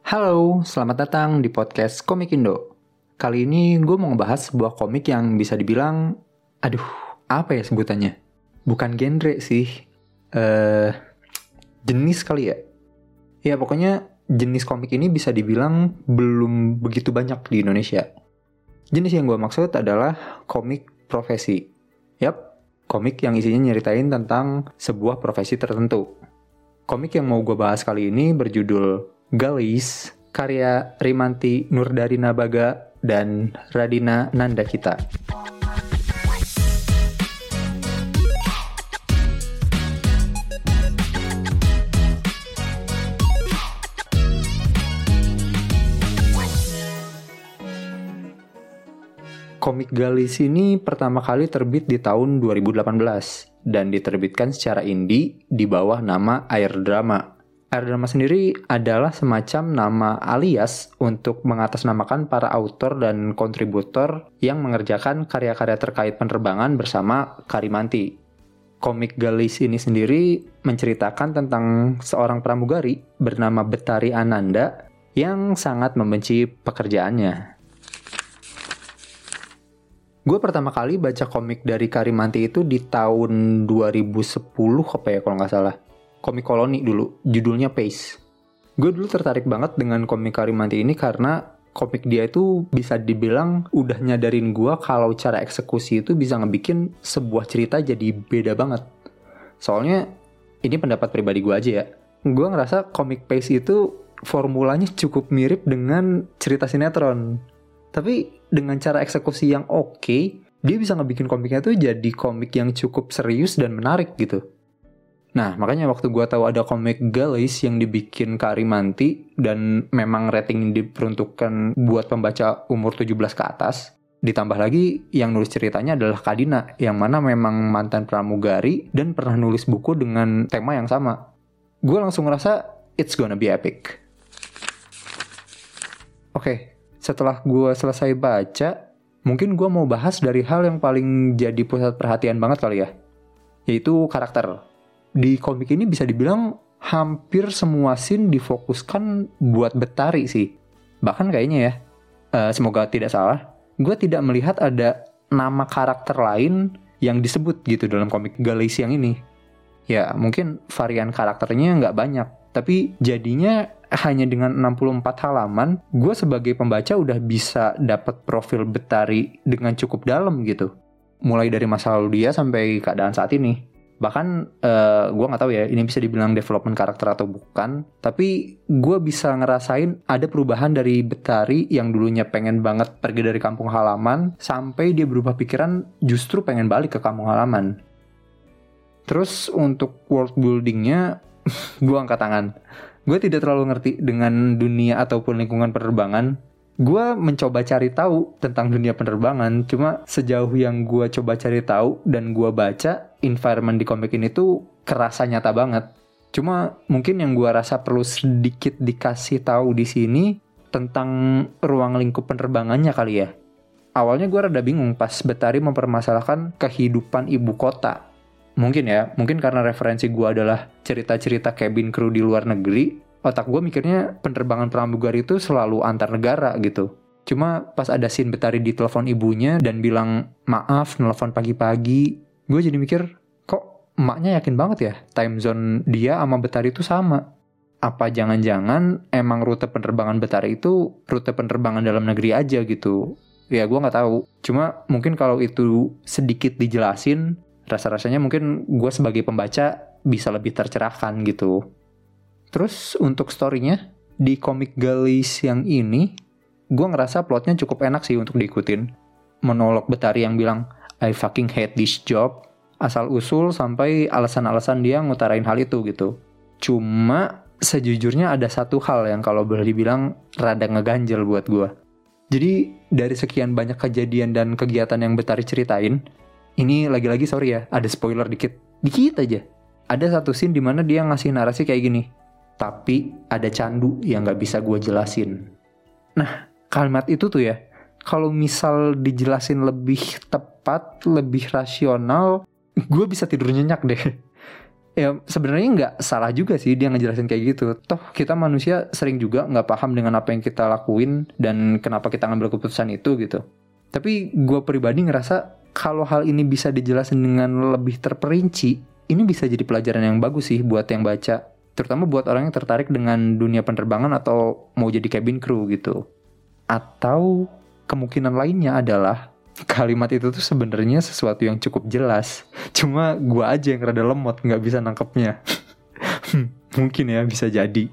Halo, selamat datang di podcast Komik Indo. Kali ini gue mau ngebahas sebuah komik yang bisa dibilang, apa ya sebutannya? Bukan genre sih, jenis kali ya. Ya pokoknya jenis komik ini bisa dibilang belum begitu banyak di Indonesia. Jenis yang gue maksud adalah komik profesi. Yap, komik yang isinya nyeritain tentang sebuah profesi tertentu. Komik yang mau gue bahas kali ini berjudul Galis, karya Rimanti Nurdarina Baga dan Radina Nandakita. Komik Galis ini pertama kali terbit di tahun 2018 dan diterbitkan secara indie di bawah nama Air Drama. Air Drama sendiri adalah semacam nama alias untuk mengatasnamakan para autor dan kontributor yang mengerjakan karya-karya terkait penerbangan bersama Karimanti. Komik Galis ini sendiri menceritakan tentang seorang pramugari bernama Betari Ananda yang sangat membenci pekerjaannya. Gue pertama kali baca komik dari Karimanti itu di tahun 2010 kalau nggak salah. Komik koloni dulu, judulnya Pace. Gue dulu tertarik banget dengan komik Karimanti ini karena komik dia itu bisa dibilang udah nyadarin gue kalau cara eksekusi itu bisa ngebikin sebuah cerita jadi beda banget. Soalnya, ini pendapat pribadi gue aja ya. Gue ngerasa komik Pace itu formulanya cukup mirip dengan cerita sinetron. Tapi dengan cara eksekusi yang oke, dia bisa ngebikin komiknya tuh jadi komik yang cukup serius dan menarik gitu. Nah, makanya waktu gue tahu ada komik Galis yang dibikin Karimanti dan memang rating diperuntukkan buat pembaca umur 17 ke atas, ditambah lagi yang nulis ceritanya adalah Kadina, yang mana memang mantan pramugari dan pernah nulis buku dengan tema yang sama. Gue langsung ngerasa it's gonna be epic. Oke. Setelah gue selesai baca, mungkin gue mau bahas dari hal yang paling jadi pusat perhatian banget kali ya, yaitu karakter. Di komik ini bisa dibilang hampir semua scene difokuskan buat Betari sih. Bahkan kayaknya ya, semoga tidak salah, gue tidak melihat ada nama karakter lain yang disebut gitu dalam komik Galis yang ini. Ya mungkin varian karakternya nggak banyak, tapi jadinya hanya dengan 64 halaman, gue sebagai pembaca udah bisa dapat profil Betari dengan cukup dalam gitu. Mulai dari masa lalu dia sampai keadaan saat ini. Bahkan gue nggak tahu ya, ini bisa dibilang development karakter atau bukan. Tapi gue bisa ngerasain ada perubahan dari Betari yang dulunya pengen banget pergi dari kampung halaman, sampai dia berubah pikiran justru pengen balik ke kampung halaman. Terus untuk world buildingnya, gue angkat tangan. Gue tidak terlalu ngerti dengan dunia ataupun lingkungan penerbangan. Gue mencoba cari tahu tentang dunia penerbangan. Cuma sejauh yang gue coba cari tahu dan gue baca, environment di komik ini tuh kerasa nyata banget. Cuma mungkin yang gue rasa perlu sedikit dikasih tahu di sini tentang ruang lingkup penerbangannya kali ya. Awalnya gue rada bingung pas Betari mempermasalahkan kehidupan ibu kota. Mungkin karena referensi gue adalah cerita-cerita cabin crew di luar negeri, otak gue mikirnya penerbangan pramugari itu selalu antar negara gitu. Cuma pas ada scene Betari di telepon ibunya dan bilang, maaf nelfon pagi-pagi, gue jadi mikir, kok emaknya yakin banget ya time zone dia sama Betari itu sama? Apa jangan-jangan emang rute penerbangan Betari itu rute penerbangan dalam negeri aja gitu? Ya gue gak tahu. Cuma mungkin kalau itu sedikit dijelasin, rasa-rasanya mungkin gue sebagai pembaca bisa lebih tercerahkan gitu. Terus untuk story-nya, di komik Galis yang ini, gue ngerasa plotnya cukup enak sih untuk diikutin. Monolog Betari yang bilang, I fucking hate this job, asal-usul sampai alasan-alasan dia ngutarain hal itu gitu. Cuma sejujurnya ada satu hal yang kalau boleh dibilang rada ngeganjel buat gue. Jadi dari sekian banyak kejadian dan kegiatan yang Betari ceritain, ini lagi-lagi sorry ya, ada spoiler dikit aja. Ada satu scene dimana dia ngasih narasi kayak gini, tapi ada candu yang gak bisa gue jelasin. Nah, kalimat itu tuh ya, kalau misal dijelasin lebih tepat, lebih rasional, gue bisa tidur nyenyak deh. Ya sebenarnya nggak salah juga sih dia ngejelasin kayak gitu. Toh kita manusia sering juga nggak paham dengan apa yang kita lakuin dan kenapa kita ngambil keputusan itu gitu. Tapi gue pribadi ngerasa kalau hal ini bisa dijelasin dengan lebih terperinci, ini bisa jadi pelajaran yang bagus sih buat yang baca. Terutama buat orang yang tertarik dengan dunia penerbangan atau mau jadi cabin crew gitu. Atau kemungkinan lainnya adalah kalimat itu tuh sebenarnya sesuatu yang cukup jelas. Cuma gue aja yang rada lemot, nggak bisa nangkepnya. Mungkin ya, bisa jadi.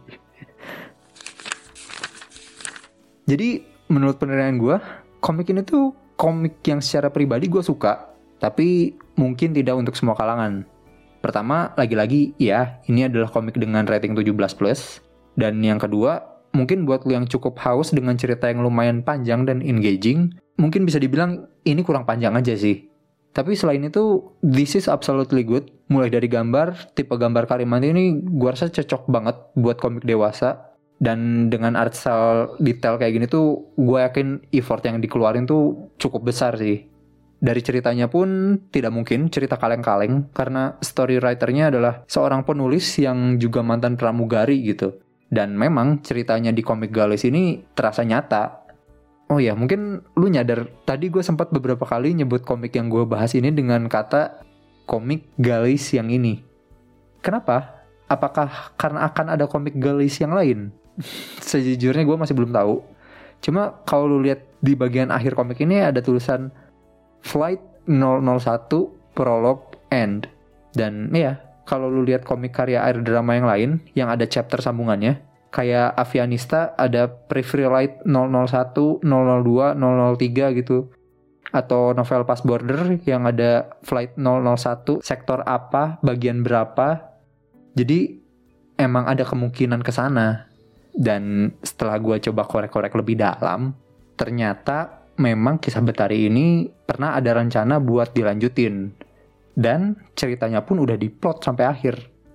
Jadi menurut penilaian gue, komik ini tuh komik yang secara pribadi gue suka, tapi mungkin tidak untuk semua kalangan. Pertama, lagi-lagi ya, ini adalah komik dengan rating 17+. Dan yang kedua, mungkin buat lu yang cukup haus dengan cerita yang lumayan panjang dan engaging, mungkin bisa dibilang ini kurang panjang aja sih. Tapi selain itu, this is absolutely good. Mulai dari gambar, tipe gambar Karimanti ini gue rasa cocok banget buat komik dewasa. Dan dengan art style detail kayak gini tuh, gue yakin effort yang dikeluarin tuh cukup besar sih. Dari ceritanya pun tidak mungkin cerita kaleng-kaleng, karena story writer-nya adalah seorang penulis yang juga mantan pramugari gitu. Dan memang ceritanya di komik Galis ini terasa nyata. Oh ya, mungkin lu nyadar, tadi gue sempat beberapa kali nyebut komik yang gue bahas ini dengan kata komik Galis yang ini. Kenapa? Apakah karena akan ada komik Galis yang lain? Sejujurnya gue masih belum tahu. Cuma kalau lu lihat di bagian akhir komik ini ada tulisan Flight 001 Prologue End. Dan ya, kalau lu lihat komik karya air drama yang lain yang ada chapter sambungannya, kayak Avianista ada Preflight 001, 002, 003 gitu. Atau novel Pass Border yang ada Flight 001, sektor apa, bagian berapa. Jadi emang ada kemungkinan ke sana. Dan setelah gue coba korek-korek lebih dalam, ternyata memang kisah Betari ini pernah ada rencana buat dilanjutin. Dan ceritanya pun udah diplot sampai akhir.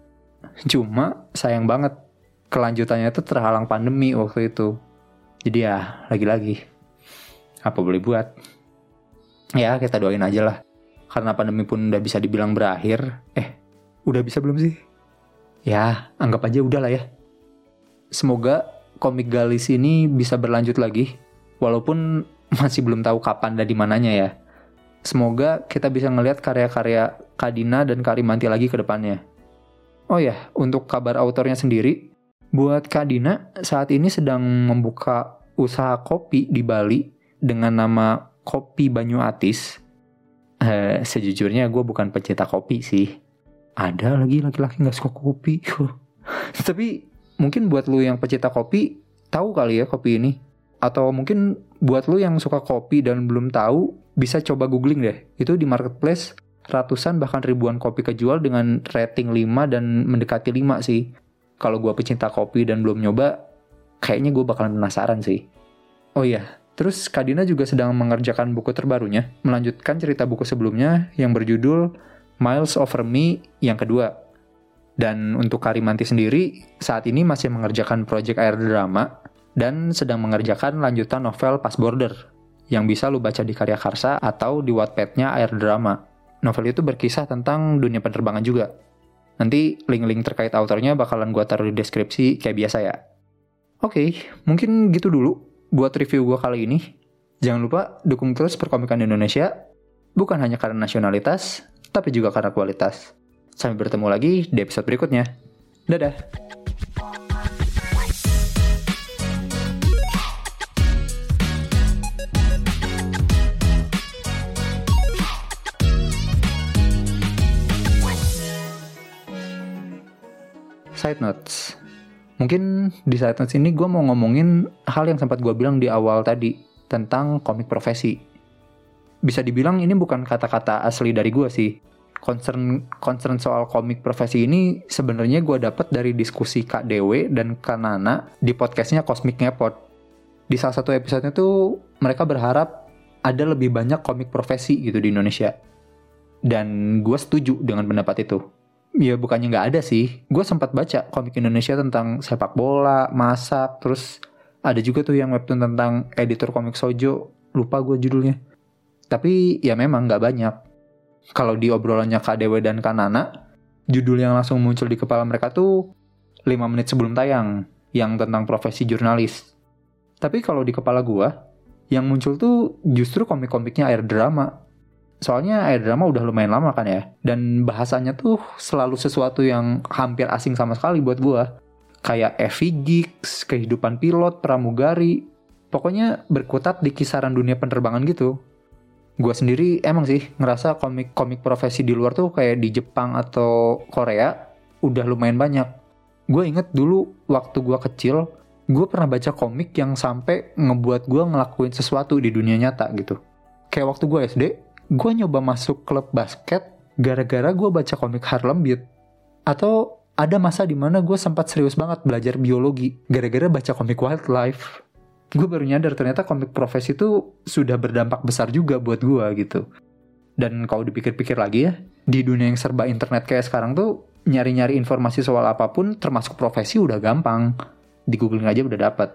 Cuma sayang banget, kelanjutannya itu terhalang pandemi waktu itu. Jadi ya, lagi-lagi, apa boleh buat? Ya, kita doain aja lah. Karena pandemi pun udah bisa dibilang berakhir. Udah bisa belum sih? Ya, anggap aja udah lah ya. Semoga komik Galis ini bisa berlanjut lagi, walaupun masih belum tahu kapan dan di mananya ya. Semoga kita bisa ngelihat karya-karya Kadina dan Karimanti lagi ke depannya. Oh ya, untuk kabar autornya sendiri, buat Kadina saat ini sedang membuka usaha kopi di Bali dengan nama Kopi Banyu Atis. Sejujurnya gue bukan pecinta kopi sih. Ada lagi laki-laki gak suka kopi. Tapi mungkin buat lu yang pecinta kopi, tahu kali ya kopi ini. Atau mungkin buat lu yang suka kopi dan belum tahu, bisa coba googling deh. Itu di marketplace ratusan bahkan ribuan kopi kejual dengan rating 5 dan mendekati 5 sih. Kalau gue pecinta kopi dan belum nyoba, kayaknya gue bakalan penasaran sih. Oh iya, terus Kadina juga sedang mengerjakan buku terbarunya, melanjutkan cerita buku sebelumnya yang berjudul Miles Over Me yang kedua. Dan untuk Karimanti sendiri, saat ini masih mengerjakan proyek air drama dan sedang mengerjakan lanjutan novel Pass Border yang bisa lu baca di Karya Karsa atau di Wattpad-nya air drama. Novel itu berkisah tentang dunia penerbangan juga. Nanti link-link terkait autornya bakalan gua taruh di deskripsi kayak biasa ya. Oke, mungkin gitu dulu buat review gua kali ini. Jangan lupa dukung terus perkomikan Indonesia, bukan hanya karena nasionalitas, tapi juga karena kualitas. Sampai bertemu lagi di episode berikutnya. Dadah! Side notes. Mungkin di side notes ini gue mau ngomongin hal yang sempat gue bilang di awal tadi tentang komik profesi. Bisa dibilang ini bukan kata-kata asli dari gue sih. Concern soal komik profesi ini sebenarnya gue dapat dari diskusi Kak Dewe dan Kak Nana di podcastnya Cosmic Ngepot. Di salah satu episodenya tuh mereka berharap ada lebih banyak komik profesi gitu di Indonesia. Dan gue setuju dengan pendapat itu. Ya bukannya nggak ada sih. Gue sempat baca komik Indonesia tentang sepak bola, masak, terus ada juga tuh yang webtoon tentang editor komik Sojo. Lupa gue judulnya. Tapi ya memang nggak banyak. Kalau di obrolannya Kak Dewe dan Kak Nana, judul yang langsung muncul di kepala mereka tuh 5 menit sebelum tayang, yang tentang profesi jurnalis. Tapi kalau di kepala gua, yang muncul tuh justru komik-komiknya Air Drama. Soalnya Air Drama udah lumayan lama kan ya, dan bahasanya tuh selalu sesuatu yang hampir asing sama sekali buat gua. Kayak FV Geeks, kehidupan pilot, pramugari, pokoknya berkutat di kisaran dunia penerbangan gitu. Gue sendiri emang sih ngerasa komik-komik profesi di luar tuh kayak di Jepang atau Korea udah lumayan banyak. Gue inget dulu waktu gue kecil, gue pernah baca komik yang sampai ngebuat gue ngelakuin sesuatu di dunia nyata gitu. Kayak waktu gue SD, gue nyoba masuk klub basket gara-gara gue baca komik Harlem Beat. Atau ada masa dimana gue sempat serius banget belajar biologi gara-gara baca komik Wildlife. Gue baru nyadar ternyata komik profesi itu sudah berdampak besar juga buat gue gitu. Dan kalau dipikir-pikir lagi ya, di dunia yang serba internet kayak sekarang tuh, nyari-nyari informasi soal apapun termasuk profesi udah gampang. Di googling aja udah dapet.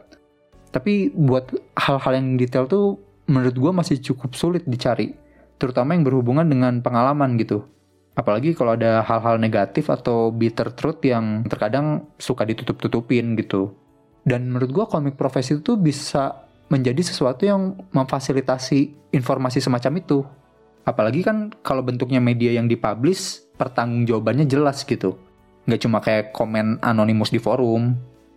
Tapi buat hal-hal yang detail tuh menurut gue masih cukup sulit dicari. Terutama yang berhubungan dengan pengalaman gitu. Apalagi kalau ada hal-hal negatif atau bitter truth yang terkadang suka ditutup-tutupin gitu. Dan menurut gue komik profesi itu bisa menjadi sesuatu yang memfasilitasi informasi semacam itu. Apalagi kan kalau bentuknya media yang dipublish, pertanggungjawabannya jelas gitu. Nggak cuma kayak komen anonimus di forum.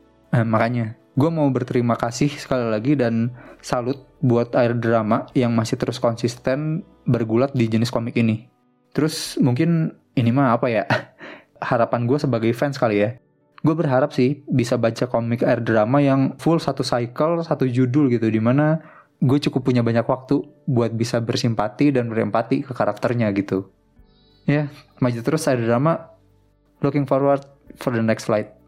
Makanya gue mau berterima kasih sekali lagi dan salut buat Air Drama yang masih terus konsisten bergulat di jenis komik ini. Terus mungkin ini mah apa ya, harapan gue sebagai fans kali ya. Gue berharap sih bisa baca komik Air Drama yang full satu cycle, satu judul gitu. Dimana gue cukup punya banyak waktu buat bisa bersimpati dan berempati ke karakternya gitu. Ya, maju terus Air Drama. Looking forward for the next flight.